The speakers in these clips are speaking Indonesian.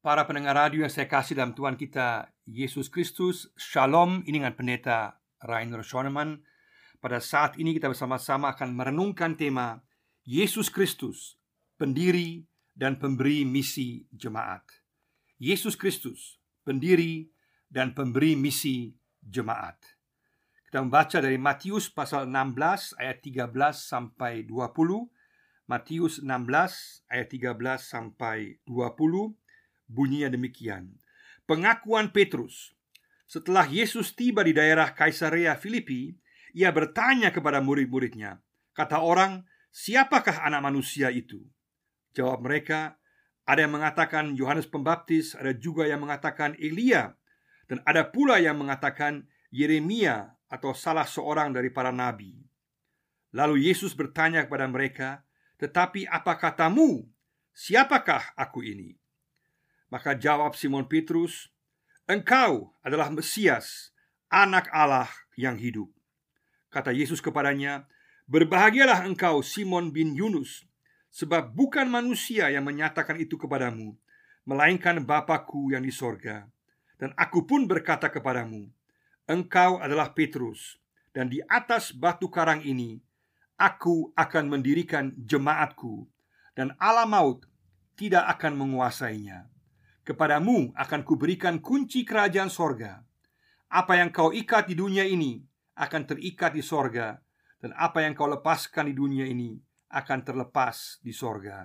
Para pendengar radio yang saya kasih dalam Tuhan kita Yesus Kristus, Shalom. Ini dengan Pendeta Rainer Schoenemann. Pada saat ini kita bersama-sama akan merenungkan tema Yesus Kristus, pendiri dan pemberi misi jemaat. Yesus Kristus, pendiri dan pemberi misi jemaat. Kita membaca dari Matius pasal 16 ayat 13 sampai 20. Matius 16 ayat 13 sampai 20. Bunyinya demikian. Pengakuan Petrus. Setelah Yesus tiba di daerah Kaisarea Filipi, ia bertanya kepada murid-muridnya, kata orang, siapakah anak manusia itu? Jawab mereka, ada yang mengatakan Yohanes Pembaptis, ada juga yang mengatakan Elia, dan ada pula yang mengatakan Yeremia atau salah seorang dari para nabi. Lalu Yesus bertanya kepada mereka, tetapi apa katamu? Siapakah aku ini? Maka jawab Simon Petrus, engkau adalah Mesias, anak Allah yang hidup. Kata Yesus kepadanya, berbahagialah engkau Simon bin Yunus, sebab bukan manusia yang menyatakan itu kepadamu, melainkan Bapa-Ku yang di sorga. Dan aku pun berkata kepadamu, engkau adalah Petrus, dan di atas batu karang ini, aku akan mendirikan jemaatku, dan alam maut tidak akan menguasainya. Kepadamu akan kuberikan kunci kerajaan sorga. Apa yang kau ikat di dunia ini akan terikat di sorga, dan apa yang kau lepaskan di dunia ini akan terlepas di sorga.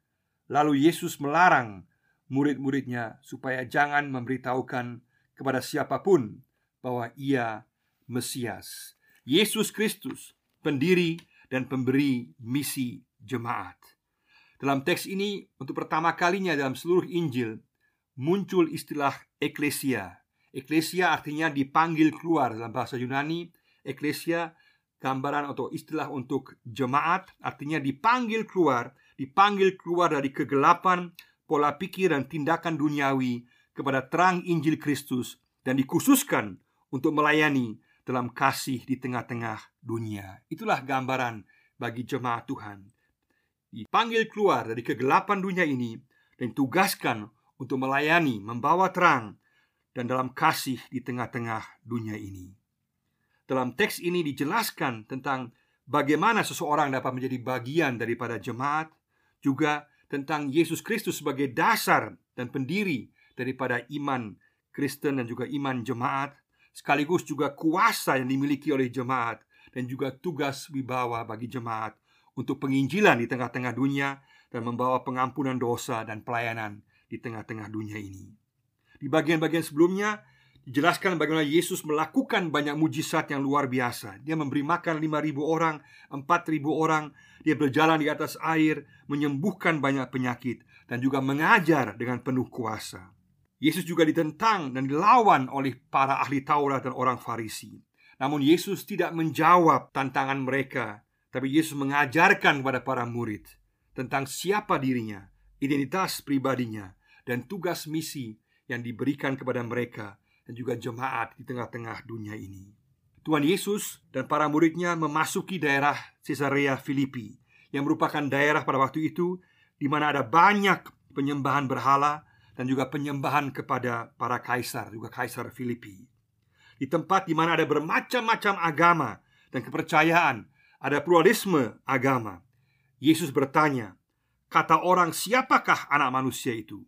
Lalu Yesus melarang murid-muridnya supaya jangan memberitahukan kepada siapapun bahwa ia Mesias. Yesus Kristus, pendiri dan pemberi misi jemaat. Dalam teks ini, untuk pertama kalinya dalam seluruh Injil, muncul istilah eklesia. Eklesia artinya dipanggil keluar. Dalam bahasa Yunani, eklesia gambaran atau istilah untuk jemaat, artinya dipanggil keluar dari kegelapan pola pikir dan tindakan duniawi kepada terang Injil Kristus, dan dikhususkan untuk melayani dalam kasih di tengah-tengah dunia. Itulah gambaran bagi jemaat Tuhan. Dipanggil keluar dari kegelapan dunia ini dan ditugaskan untuk melayani, membawa terang, dan dalam kasih di tengah-tengah dunia ini. Dalam teks ini dijelaskan tentang bagaimana seseorang dapat menjadi bagian daripada jemaat, juga tentang Yesus Kristus sebagai dasar dan pendiri daripada iman Kristen dan juga iman jemaat, sekaligus juga kuasa yang dimiliki oleh jemaat, dan juga tugas wibawa bagi jemaat untuk penginjilan di tengah-tengah dunia dan membawa pengampunan dosa dan pelayanan di tengah-tengah dunia ini. Di bagian-bagian sebelumnya dijelaskan bagaimana Yesus melakukan banyak mujizat yang luar biasa. Dia memberi makan 5.000 orang, 4.000 orang. Dia berjalan di atas air, menyembuhkan banyak penyakit, dan juga mengajar dengan penuh kuasa. Yesus juga ditentang dan dilawan oleh para ahli Taurat dan orang Farisi. Namun Yesus tidak menjawab tantangan mereka, tapi Yesus mengajarkan kepada para murid tentang siapa dirinya, identitas pribadinya, dan tugas misi yang diberikan kepada mereka dan juga jemaat di tengah-tengah dunia ini. Tuhan Yesus dan para muridnya memasuki daerah Kaisarea Filipi, yang merupakan daerah pada waktu itu di mana ada banyak penyembahan berhala dan juga penyembahan kepada para kaisar, juga kaisar Filipi. Di tempat di mana ada bermacam-macam agama dan kepercayaan, ada pluralisme agama. Yesus bertanya, kata orang, siapakah anak manusia itu?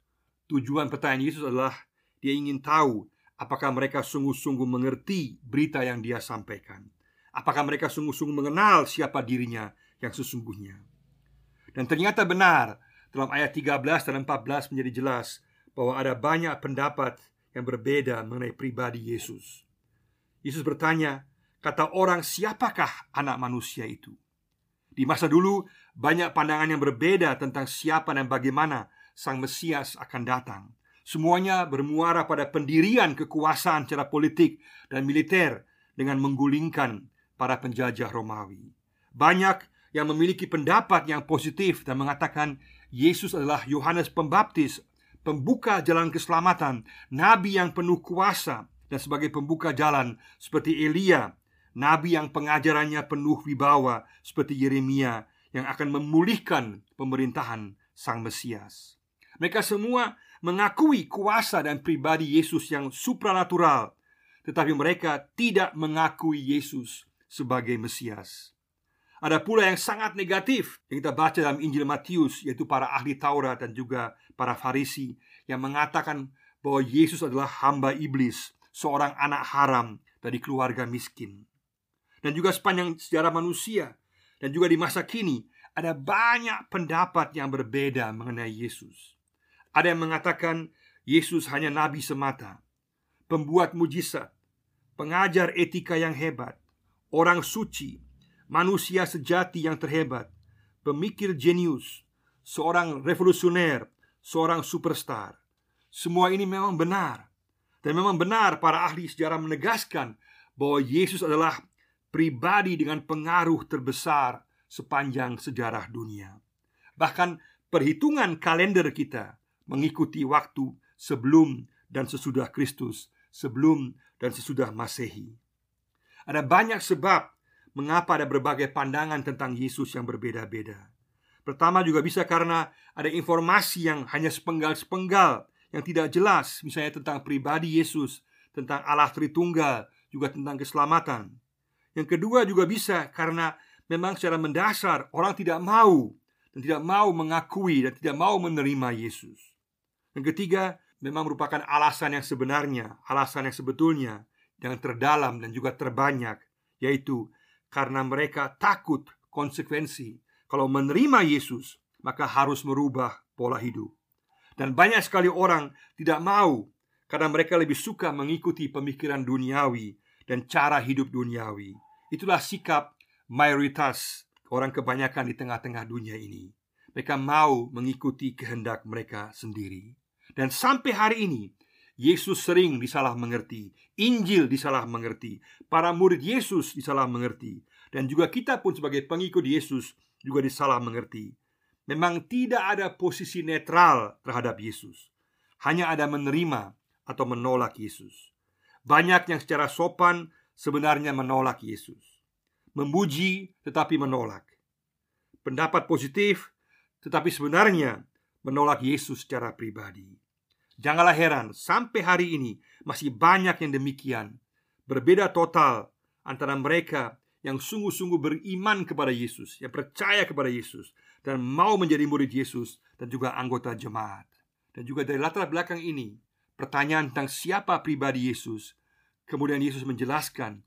Tujuan pertanyaan Yesus adalah dia ingin tahu apakah mereka sungguh-sungguh mengerti berita yang dia sampaikan. Apakah mereka sungguh-sungguh mengenal siapa dirinya yang sesungguhnya. Dan ternyata benar, dalam ayat 13 dan 14 menjadi jelas bahwa ada banyak pendapat yang berbeda mengenai pribadi Yesus. Yesus bertanya, kata orang, siapakah anak manusia itu? Di masa dulu banyak pandangan yang berbeda tentang siapa dan bagaimana Sang Mesias akan datang. Semuanya bermuara pada pendirian kekuasaan secara politik dan militer dengan menggulingkan para penjajah Romawi. Banyak yang memiliki pendapat yang positif dan mengatakan Yesus adalah Yohanes Pembaptis, pembuka jalan keselamatan, nabi yang penuh kuasa, dan sebagai pembuka jalan seperti Elia, nabi yang pengajarannya penuh wibawa seperti Yeremia, yang akan memulihkan pemerintahan Sang Mesias. Mereka semua mengakui kuasa dan pribadi Yesus yang supranatural, tetapi mereka tidak mengakui Yesus sebagai Mesias. Ada pula yang sangat negatif yang kita baca dalam Injil Matius, yaitu para ahli Taurat dan juga para Farisi yang mengatakan bahwa Yesus adalah hamba iblis, seorang anak haram dari keluarga miskin. Dan juga sepanjang sejarah manusia dan juga di masa kini, ada banyak pendapat yang berbeda mengenai Yesus. Ada yang mengatakan Yesus hanya nabi semata, pembuat mujizat, pengajar etika yang hebat, orang suci, manusia sejati yang terhebat, pemikir jenius, seorang revolusioner, seorang superstar. Semua ini memang benar. Dan memang benar para ahli sejarah menegaskan bahwa Yesus adalah pribadi dengan pengaruh terbesar sepanjang sejarah dunia. Bahkan perhitungan kalender kita mengikuti waktu sebelum dan sesudah Kristus, sebelum dan sesudah Masehi. Ada banyak sebab mengapa ada berbagai pandangan tentang Yesus yang berbeda-beda. Pertama juga bisa karena ada informasi yang hanya sepenggal-sepenggal, yang tidak jelas, misalnya tentang pribadi Yesus, tentang Allah Tritunggal, juga tentang keselamatan. Yang kedua juga bisa karena memang secara mendasar orang tidak mau dan tidak mau mengakui dan tidak mau menerima Yesus. Yang ketiga memang merupakan alasan yang sebenarnya, alasan yang sebetulnya, yang terdalam dan juga terbanyak, yaitu karena mereka takut konsekuensi. Kalau menerima Yesus, maka harus merubah pola hidup. Dan banyak sekali orang tidak mau karena mereka lebih suka mengikuti pemikiran duniawi dan cara hidup duniawi. Itulah sikap mayoritas orang kebanyakan di tengah-tengah dunia ini. Mereka mau mengikuti kehendak mereka sendiri. Dan sampai hari ini Yesus sering disalah mengerti, Injil disalah mengerti, para murid Yesus disalah mengerti, dan juga kita pun sebagai pengikut Yesus juga disalah mengerti. Memang tidak ada posisi netral terhadap Yesus. Hanya ada menerima atau menolak Yesus. Banyak yang secara sopan sebenarnya menolak Yesus, memuji tetapi menolak. Pendapat positif tetapi sebenarnya menolak Yesus secara pribadi. Janganlah heran, sampai hari ini masih banyak yang demikian. Berbeda total antara mereka yang sungguh-sungguh beriman kepada Yesus, yang percaya kepada Yesus, dan mau menjadi murid Yesus, dan juga anggota jemaat. Dan juga dari latar belakang ini, pertanyaan tentang siapa pribadi Yesus, kemudian Yesus menjelaskan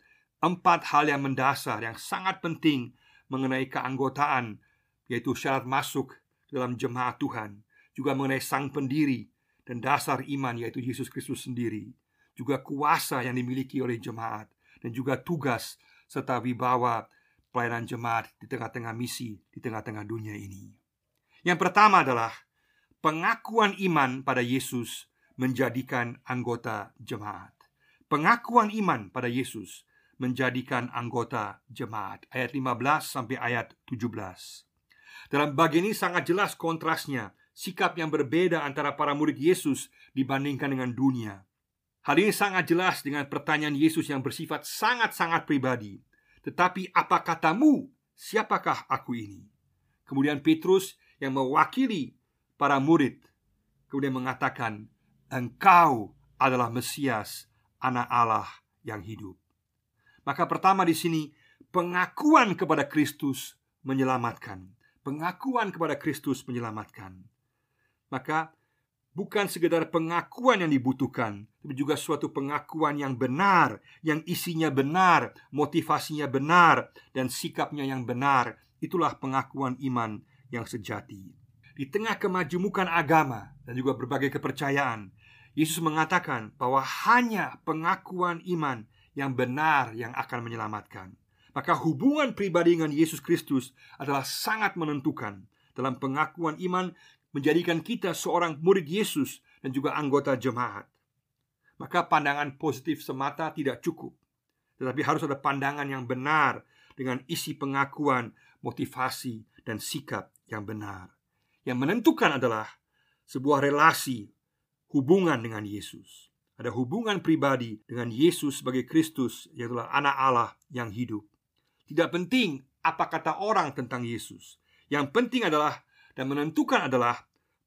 4 hal yang mendasar, yang sangat penting mengenai keanggotaan, yaitu syarat masuk dalam jemaat Tuhan, juga mengenai sang pendiri dan dasar iman, yaitu Yesus Kristus sendiri, juga kuasa yang dimiliki oleh jemaat, dan juga tugas serta wibawa pelayanan jemaat di tengah-tengah misi, di tengah-tengah dunia ini. Yang pertama adalah pengakuan iman pada Yesus menjadikan anggota jemaat. Pengakuan iman pada Yesus menjadikan anggota jemaat. Ayat 15 sampai ayat 17. Dalam bagian ini sangat jelas kontrasnya, sikap yang berbeda antara para murid Yesus dibandingkan dengan dunia. Hal ini sangat jelas dengan pertanyaan Yesus yang bersifat sangat-sangat pribadi. Tetapi apa katamu, siapakah aku ini? Kemudian Petrus yang mewakili para murid kemudian mengatakan, engkau adalah Mesias, Anak Allah yang hidup. Maka pertama di sini, pengakuan kepada Kristus menyelamatkan. Pengakuan kepada Kristus menyelamatkan. Maka bukan sekedar pengakuan yang dibutuhkan, tapi juga suatu pengakuan yang benar, yang isinya benar, motivasinya benar, dan sikapnya yang benar. Itulah pengakuan iman yang sejati. Di tengah kemajemukan agama dan juga berbagai kepercayaan, Yesus mengatakan bahwa hanya pengakuan iman yang benar yang akan menyelamatkan. Maka hubungan pribadi dengan Yesus Kristus adalah sangat menentukan dalam pengakuan iman, menjadikan kita seorang murid Yesus dan juga anggota jemaat. Maka pandangan positif semata tidak cukup, tetapi harus ada pandangan yang benar dengan isi pengakuan, motivasi, dan sikap yang benar. Yang menentukan adalah sebuah relasi, hubungan dengan Yesus. Ada hubungan pribadi dengan Yesus sebagai Kristus, yaitu Anak Allah yang hidup. Tidak penting apa kata orang tentang Yesus. Yang penting adalah dan menentukan adalah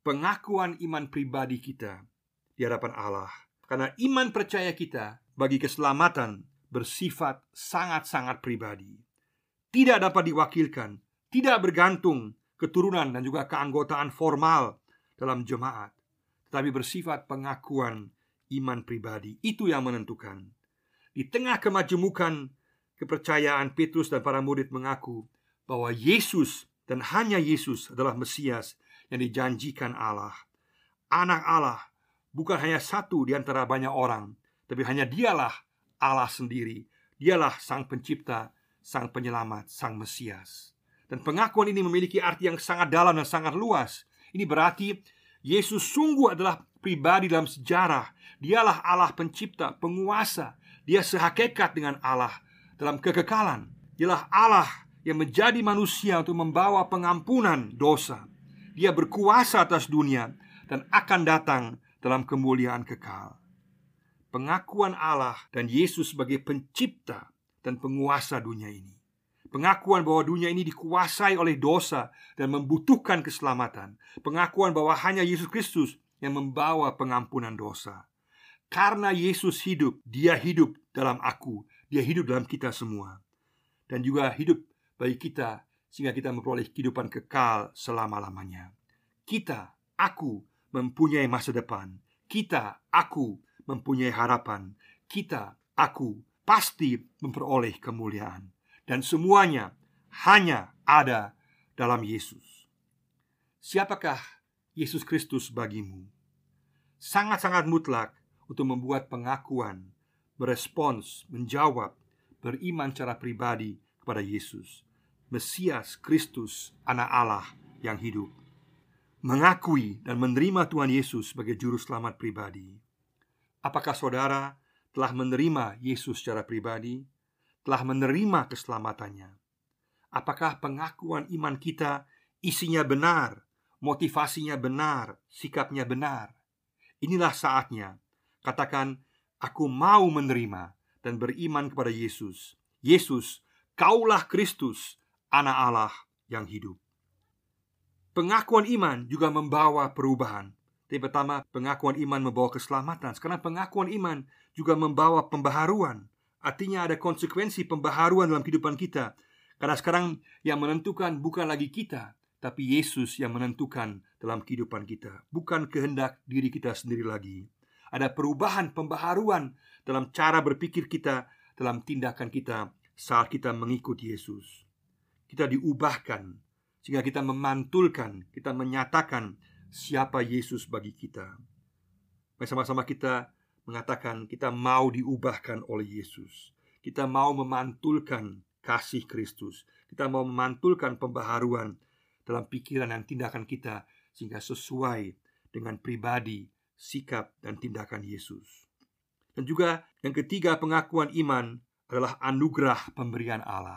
pengakuan iman pribadi kita di hadapan Allah. Karena iman percaya kita bagi keselamatan bersifat sangat-sangat pribadi. Tidak dapat diwakilkan, tidak bergantung keturunan dan juga keanggotaan formal dalam jemaat, tetapi bersifat pengakuan iman pribadi. Itu yang menentukan. Di tengah kemajemukan kepercayaan, Petrus dan para murid mengaku bahwa Yesus dan hanya Yesus adalah Mesias yang dijanjikan Allah. Anak Allah, bukan hanya satu di antara banyak orang, tapi hanya Dialah Allah sendiri. Dialah Sang Pencipta, Sang Penyelamat, Sang Mesias. Dan pengakuan ini memiliki arti yang sangat dalam dan sangat luas. Ini berarti Yesus sungguh adalah pribadi dalam sejarah. Dialah Allah Pencipta, Penguasa. Dia sehakikat dengan Allah dalam kekekalan. Dialah Allah yang menjadi manusia untuk membawa pengampunan dosa. Dia berkuasa atas dunia dan akan datang dalam kemuliaan kekal. Pengakuan Allah dan Yesus sebagai pencipta dan penguasa dunia ini. Pengakuan bahwa dunia ini dikuasai oleh dosa dan membutuhkan keselamatan. Pengakuan bahwa hanya Yesus Kristus yang membawa pengampunan dosa. Karena Yesus hidup, Dia hidup dalam aku, Dia hidup dalam kita semua. Dan juga hidup bagi kita sehingga kita memperoleh kehidupan kekal selama-lamanya. Kita, aku, mempunyai masa depan. Kita, aku, mempunyai harapan. Kita, aku, pasti memperoleh kemuliaan. Dan semuanya hanya ada dalam Yesus. Siapakah Yesus Kristus bagimu? Sangat-sangat mutlak untuk membuat pengakuan, merespons, menjawab, beriman secara pribadi kepada Yesus, Mesias Kristus, Anak Allah yang hidup. Mengakui dan menerima Tuhan Yesus sebagai juru selamat pribadi. Apakah saudara telah menerima Yesus secara pribadi? Telah menerima keselamatannya? Apakah pengakuan iman kita isinya benar, motivasinya benar, sikapnya benar? Inilah saatnya. Katakan, aku mau menerima dan beriman kepada Yesus. Yesus, Kaulah Kristus, Anak Allah yang hidup. Pengakuan iman juga membawa perubahan. Tapi pertama, pengakuan iman membawa keselamatan. Sekarang pengakuan iman juga membawa pembaharuan. Artinya ada konsekuensi pembaharuan dalam kehidupan kita. Karena sekarang yang menentukan bukan lagi kita, tapi Yesus yang menentukan dalam kehidupan kita. Bukan kehendak diri kita sendiri lagi. Ada perubahan, pembaharuan dalam cara berpikir kita, dalam tindakan kita saat kita mengikut Yesus. Kita diubahkan sehingga kita memantulkan, kita menyatakan siapa Yesus bagi kita. Sama-sama kita mengatakan kita mau diubahkan oleh Yesus. Kita mau memantulkan kasih Kristus. Kita mau memantulkan pembaharuan dalam pikiran dan tindakan kita sehingga sesuai dengan pribadi, sikap, dan tindakan Yesus. Dan juga yang ketiga, pengakuan iman adalah anugerah pemberian Allah.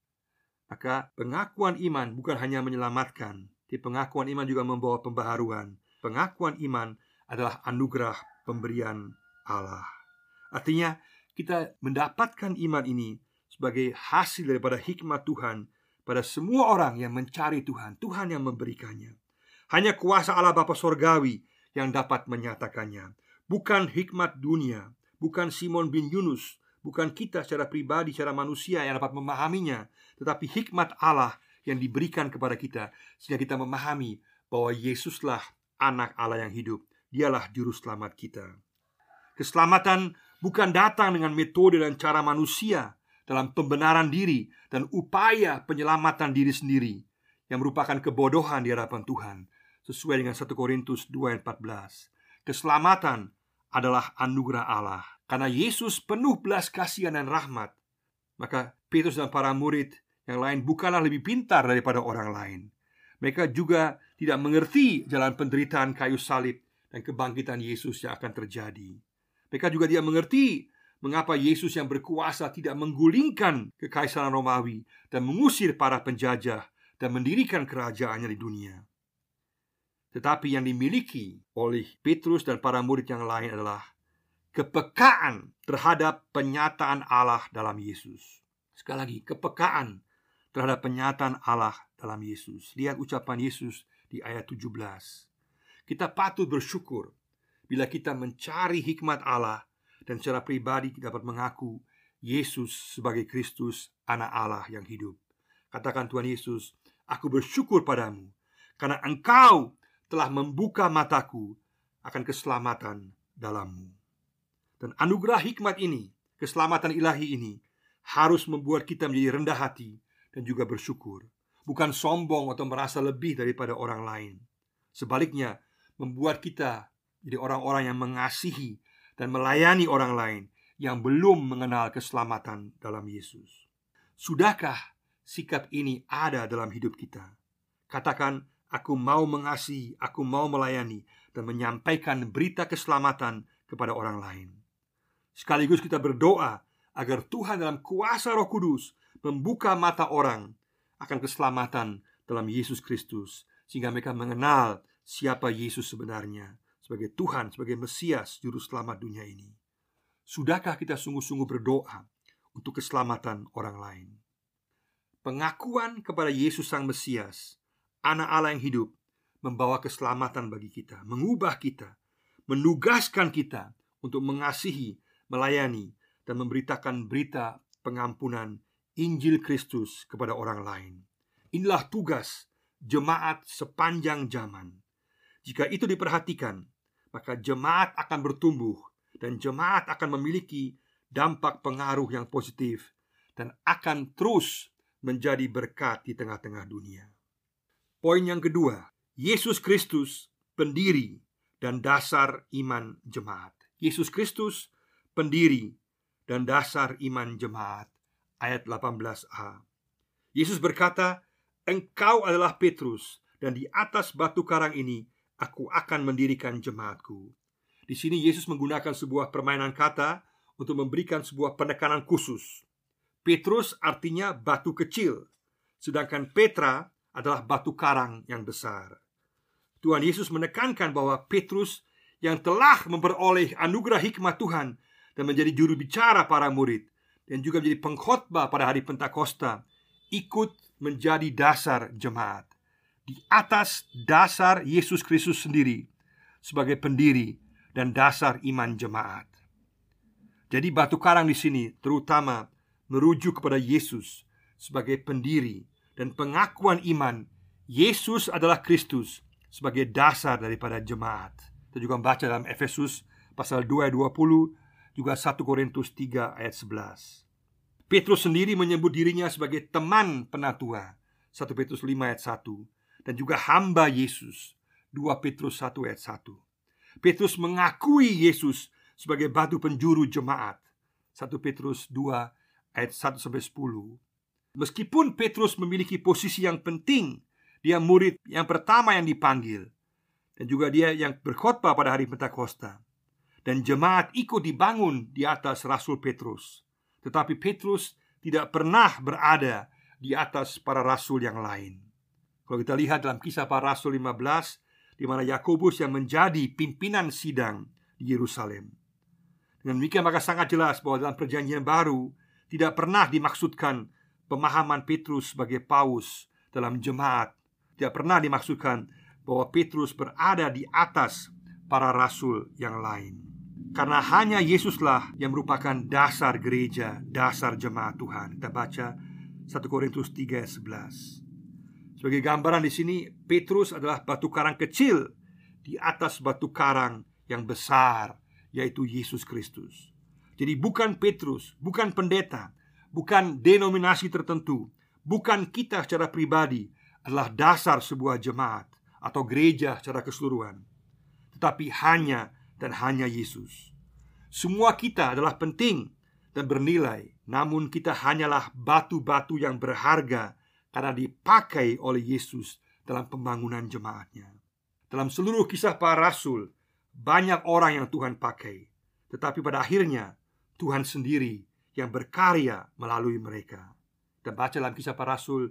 Maka pengakuan iman bukan hanya menyelamatkan, tapi pengakuan iman juga membawa pembaharuan. Pengakuan iman adalah anugerah pemberian Allah. Artinya kita mendapatkan iman ini sebagai hasil daripada hikmat Tuhan pada semua orang yang mencari Tuhan. Tuhan yang memberikannya. Hanya kuasa Allah Bapa Sorgawi yang dapat menyatakannya. Bukan hikmat dunia, bukan Simon bin Yunus, bukan kita secara pribadi, secara manusia yang dapat memahaminya, tetapi hikmat Allah yang diberikan kepada kita sehingga kita memahami bahwa Yesuslah Anak Allah yang hidup. Dialah juru selamat kita. Keselamatan bukan datang dengan metode dan cara manusia dalam pembenaran diri dan upaya penyelamatan diri sendiri yang merupakan kebodohan di hadapan Tuhan, sesuai dengan 1 Korintus 2:14. Keselamatan adalah anugerah Allah. Karena Yesus penuh belas kasihan dan rahmat, maka Petrus dan para murid yang lain bukanlah lebih pintar daripada orang lain. Mereka juga tidak mengerti jalan penderitaan kayu salib dan kebangkitan Yesus yang akan terjadi. Mereka juga tidak mengerti mengapa Yesus yang berkuasa tidak menggulingkan kekaisaran Romawi dan mengusir para penjajah dan mendirikan kerajaannya di dunia. Tetapi yang dimiliki oleh Petrus dan para murid yang lain adalah kepekaan terhadap penyataan Allah dalam Yesus. Sekali lagi, kepekaan terhadap penyataan Allah dalam Yesus. Lihat ucapan Yesus di ayat 17. Kita patut bersyukur bila kita mencari hikmat Allah dan secara pribadi kita dapat mengaku Yesus sebagai Kristus, Anak Allah yang hidup. Katakan, Tuhan Yesus, aku bersyukur padamu karena Engkau telah membuka mataku akan keselamatan dalam-Mu. Dan anugerah hikmat ini, keselamatan ilahi ini, harus membuat kita menjadi rendah hati dan juga bersyukur. Bukan sombong atau merasa lebih daripada orang lain. Sebaliknya, membuat kita jadi orang-orang yang mengasihi dan melayani orang lain yang belum mengenal keselamatan dalam Yesus. Sudahkah sikap ini ada dalam hidup kita? Katakan, aku mau mengasihi, aku mau melayani dan menyampaikan berita keselamatan kepada orang lain. Sekaligus kita berdoa agar Tuhan dalam kuasa Roh Kudus membuka mata orang akan keselamatan dalam Yesus Kristus, sehingga mereka mengenal siapa Yesus sebenarnya sebagai Tuhan, sebagai Mesias, Juru Selamat dunia ini. Sudahkah kita sungguh-sungguh berdoa untuk keselamatan orang lain? Pengakuan kepada Yesus Sang Mesias, Anak Allah yang hidup, membawa keselamatan bagi kita, mengubah kita, menugaskan kita untuk mengasihi, melayani, dan memberitakan berita pengampunan Injil Kristus kepada orang lain. Inilah tugas jemaat sepanjang zaman. Jika itu diperhatikan, maka jemaat akan bertumbuh dan jemaat akan memiliki dampak pengaruh yang positif dan akan terus menjadi berkat di tengah-tengah dunia. Poin yang kedua, Yesus Kristus pendiri dan dasar iman jemaat. Yesus Kristus pendiri dan dasar iman jemaat. Ayat 18a. Yesus berkata, "Engkau adalah Petrus, dan di atas batu karang ini aku akan mendirikan jemaatku." Di sini Yesus menggunakan sebuah permainan kata untuk memberikan sebuah penekanan khusus. Petrus artinya batu kecil, sedangkan Petra adalah batu karang yang besar. Tuhan Yesus menekankan bahwa Petrus yang telah memperoleh anugerah hikmat Tuhan dan menjadi juru bicara para murid dan juga menjadi pengkhotbah pada hari Pentakosta, ikut menjadi dasar jemaat di atas dasar Yesus Kristus sendiri sebagai pendiri dan dasar iman jemaat. Jadi batu karang di sini terutama merujuk kepada Yesus sebagai pendiri dan pengakuan iman Yesus adalah Kristus sebagai dasar daripada jemaat. Kita juga membaca dalam Efesus pasal 2 ayat 20, juga 1 Korintus 3 ayat 11. Petrus sendiri menyebut dirinya sebagai teman penatua, 1 Petrus 5 ayat 1, dan juga hamba Yesus, 2 Petrus 1 ayat 1. Petrus mengakui Yesus sebagai batu penjuru jemaat, 1 Petrus 2 ayat 1-10. Meskipun Petrus memiliki posisi yang penting, dia murid yang pertama yang dipanggil, dan juga dia yang berkhotbah pada hari Pentakosta, dan jemaat ikut dibangun di atas Rasul Petrus. Tetapi Petrus tidak pernah berada di atas para rasul yang lain. Kalau kita lihat dalam Kisah Para Rasul 15, di mana Yakobus yang menjadi pimpinan sidang di Yerusalem. Dengan demikian maka sangat jelas bahwa dalam Perjanjian Baru tidak pernah dimaksudkan pemahaman Petrus sebagai paus dalam jemaat. Tidak pernah dimaksudkan bahwa Petrus berada di atas para rasul yang lain. Karena hanya Yesuslah yang merupakan dasar gereja, dasar jemaat Tuhan. Kita baca 1 Korintus 3 ayat 11. Sebagai gambaran di sini, Petrus adalah batu karang kecil di atas batu karang yang besar, yaitu Yesus Kristus. Jadi bukan Petrus, bukan pendeta, bukan denominasi tertentu, bukan kita secara pribadi adalah dasar sebuah jemaat atau gereja secara keseluruhan, tetapi hanya dan hanya Yesus. Semua kita adalah penting dan bernilai, namun kita hanyalah batu-batu yang berharga karena dipakai oleh Yesus dalam pembangunan jemaatnya. Dalam seluruh kisah para rasul, banyak orang yang Tuhan pakai, tetapi pada akhirnya Tuhan sendiri yang berkarya melalui mereka. Kita baca dalam Kisah Para Rasul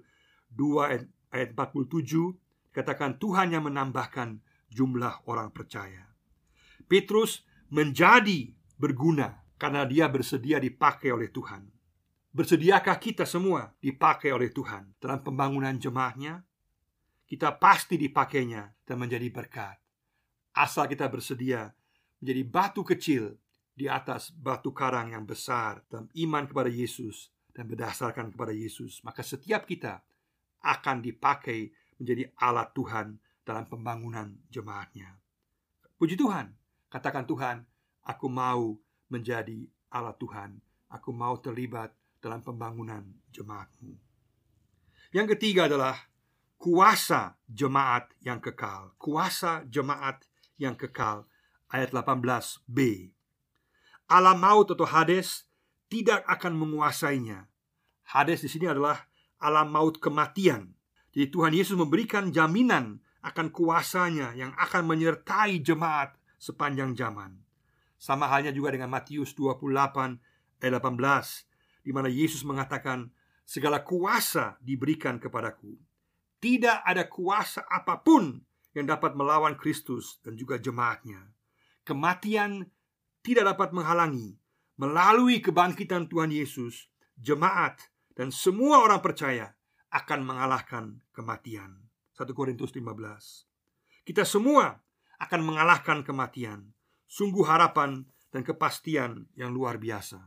2 ayat 47, katakan Tuhan yang menambahkan jumlah orang percaya. Petrus menjadi berguna karena dia bersedia dipakai oleh Tuhan. Bersediakah kita semua dipakai oleh Tuhan dalam pembangunan jemaatnya? Kita pasti dipakainya dan menjadi berkat. asal kita bersedia menjadi batu kecil di atas batu karang yang besar dalam iman kepada Yesus dan berdasarkan kepada Yesus. Maka setiap kita akan dipakai menjadi alat Tuhan dalam pembangunan jemaatnya. Puji Tuhan, katakan, Tuhan, aku mau menjadi alat Tuhan. Aku mau terlibat dalam pembangunan jemaat-Mu. Yang ketiga adalah kuasa jemaat yang kekal. Kuasa jemaat yang kekal. Ayat 18b. Alam maut atau Hades tidak akan menguasainya. Hades di sini adalah alam maut kematian. Jadi Tuhan Yesus memberikan jaminan akan kuasanya yang akan menyertai jemaat sepanjang zaman. Sama halnya juga dengan Matius 28 ayat 18, di mana Yesus mengatakan, segala kuasa diberikan kepadaku. Tidak ada kuasa apapun yang dapat melawan Kristus dan juga jemaatnya. Kematian tidak dapat menghalangi. Melalui kebangkitan Tuhan Yesus, jemaat dan semua orang percaya akan mengalahkan kematian. 1 Korintus 15. Kita semua akan mengalahkan kematian. Sungguh harapan dan kepastian yang luar biasa.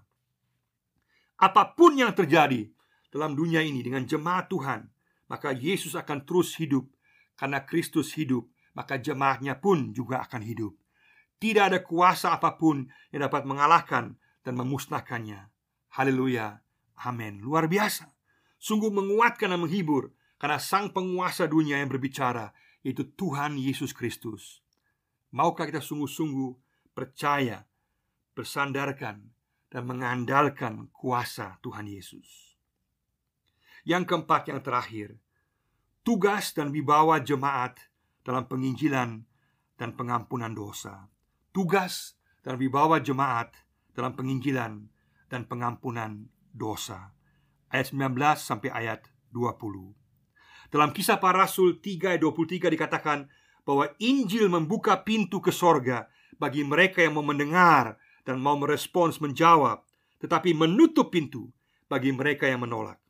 Apapun yang terjadi dalam dunia ini dengan jemaat Tuhan, maka Yesus akan terus hidup. Karena Kristus hidup, maka jemaatnya pun juga akan hidup. Tidak ada kuasa apapun yang dapat mengalahkan dan memusnahkannya. Haleluya, amin. Luar biasa. Sungguh menguatkan dan menghibur, karena sang penguasa dunia yang berbicara, yaitu Tuhan Yesus Kristus. Maukah kita sungguh-sungguh percaya, bersandarkan, dan mengandalkan kuasa Tuhan Yesus? Yang keempat, yang terakhir, tugas dan wibawa jemaat dalam penginjilan dan pengampunan dosa. Tugas dan wibawa jemaat dalam penginjilan dan pengampunan dosa. Ayat 19 sampai ayat 20. Dalam Kisah Para Rasul 3 ayat 23 dikatakan bahwa Injil membuka pintu ke sorga bagi mereka yang mau mendengar dan mau merespons, menjawab, tetapi menutup pintu bagi mereka yang menolak.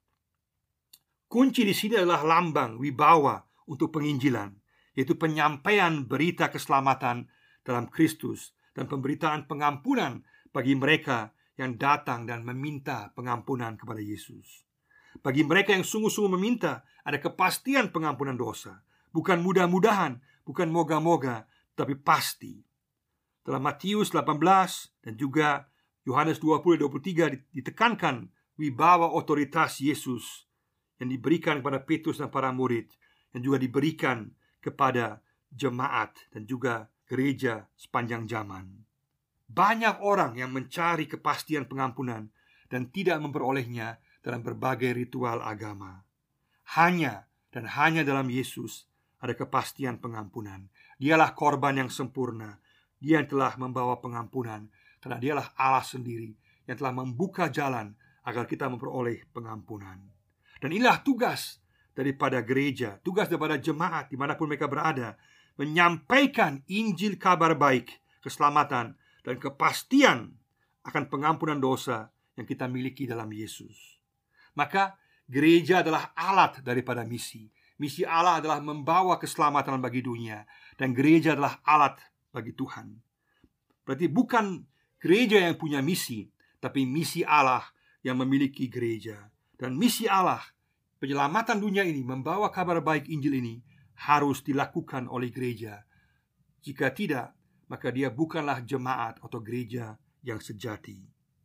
Kunci di sini adalah lambang wibawa untuk penginjilan, yaitu penyampaian berita keselamatan dalam Kristus dan pemberitaan pengampunan bagi mereka yang datang dan meminta pengampunan kepada Yesus. Bagi mereka yang sungguh-sungguh meminta, ada kepastian pengampunan dosa. Bukan mudah-mudahan, bukan moga-moga, tapi pasti. Dalam Matius 18 dan juga Yohanes 20-23 ditekankan wibawa otoritas Yesus yang diberikan kepada Petrus dan para murid, yang juga diberikan kepada jemaat dan juga gereja sepanjang zaman. Banyak orang yang mencari kepastian pengampunan dan tidak memperolehnya dalam berbagai ritual agama. Hanya dan hanya dalam Yesus ada kepastian pengampunan. Dialah korban yang sempurna. Dia yang telah membawa pengampunan, karena dialah Allah sendiri yang telah membuka jalan agar kita memperoleh pengampunan. Dan inilah tugas daripada gereja, tugas daripada jemaat dimanapun mereka berada, menyampaikan Injil kabar baik, keselamatan, dan kepastian akan pengampunan dosa yang kita miliki dalam Yesus. Maka gereja adalah alat daripada misi. Misi Allah adalah membawa keselamatan bagi dunia, dan gereja adalah alat bagi Tuhan. Berarti bukan gereja yang punya misi, tapi misi Allah yang memiliki gereja. Dan misi Allah, penyelamatan dunia ini, membawa kabar baik Injil ini, harus dilakukan oleh gereja. Jika tidak, maka dia bukanlah jemaat atau gereja yang sejati.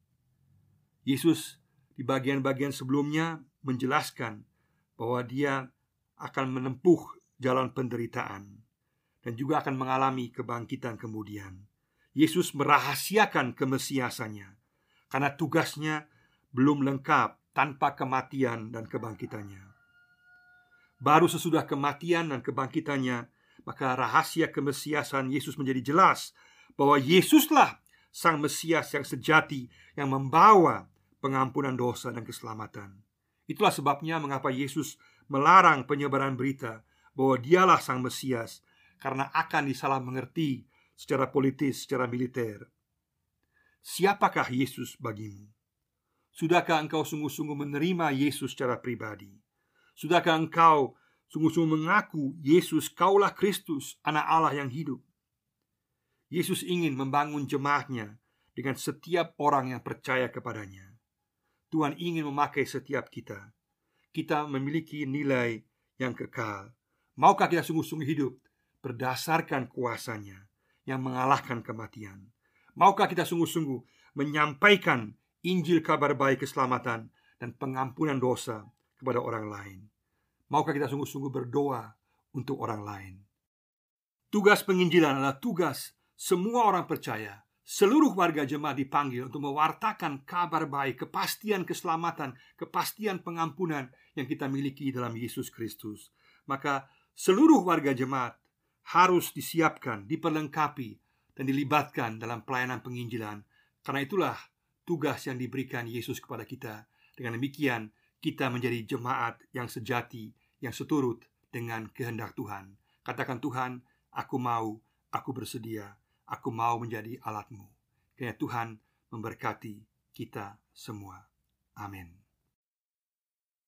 Yesus di bagian-bagian sebelumnya menjelaskan bahwa dia akan menempuh jalan penderitaan dan juga akan mengalami kebangkitan kemudian. Yesus merahasiakan kemesiasannya karena tugasnya belum lengkap tanpa kematian dan kebangkitannya. Baru sesudah kematian dan kebangkitannya, maka rahasia kemesiasan Yesus menjadi jelas, bahwa Yesuslah Sang Mesias yang sejati, yang membawa pengampunan dosa dan keselamatan. Itulah sebabnya mengapa Yesus melarang penyebaran berita bahwa dialah Sang Mesias, karena akan disalah mengerti secara politis, secara militer. Siapakah Yesus bagimu? Sudahkah engkau sungguh-sungguh menerima Yesus secara pribadi? Sudahkah engkau sungguh-sungguh mengaku Yesus kaulah Kristus, Anak Allah yang hidup? Yesus ingin membangun jemaatnya dengan setiap orang yang percaya kepadanya. Tuhan ingin memakai setiap kita. Kita memiliki nilai yang kekal. Maukah kita sungguh-sungguh hidup berdasarkan kuasanya yang mengalahkan kematian? Maukah kita sungguh-sungguh menyampaikan Injil kabar baik keselamatan dan pengampunan dosa kepada orang lain? Maukah kita sungguh-sungguh berdoa untuk orang lain? Tugas penginjilan adalah tugas semua orang percaya. Seluruh warga jemaat dipanggil untuk mewartakan kabar baik, kepastian keselamatan, kepastian pengampunan yang kita miliki dalam Yesus Kristus. Maka seluruh warga jemaat harus disiapkan, diperlengkapi, dan dilibatkan dalam pelayanan penginjilan. Karena itulah tugas yang diberikan Yesus kepada kita. Dengan demikian kita menjadi jemaat yang sejati, yang seturut dengan kehendak Tuhan. Katakan, Tuhan, aku mau, aku bersedia, aku mau menjadi alatmu. Kiranya Tuhan memberkati kita semua. Amin.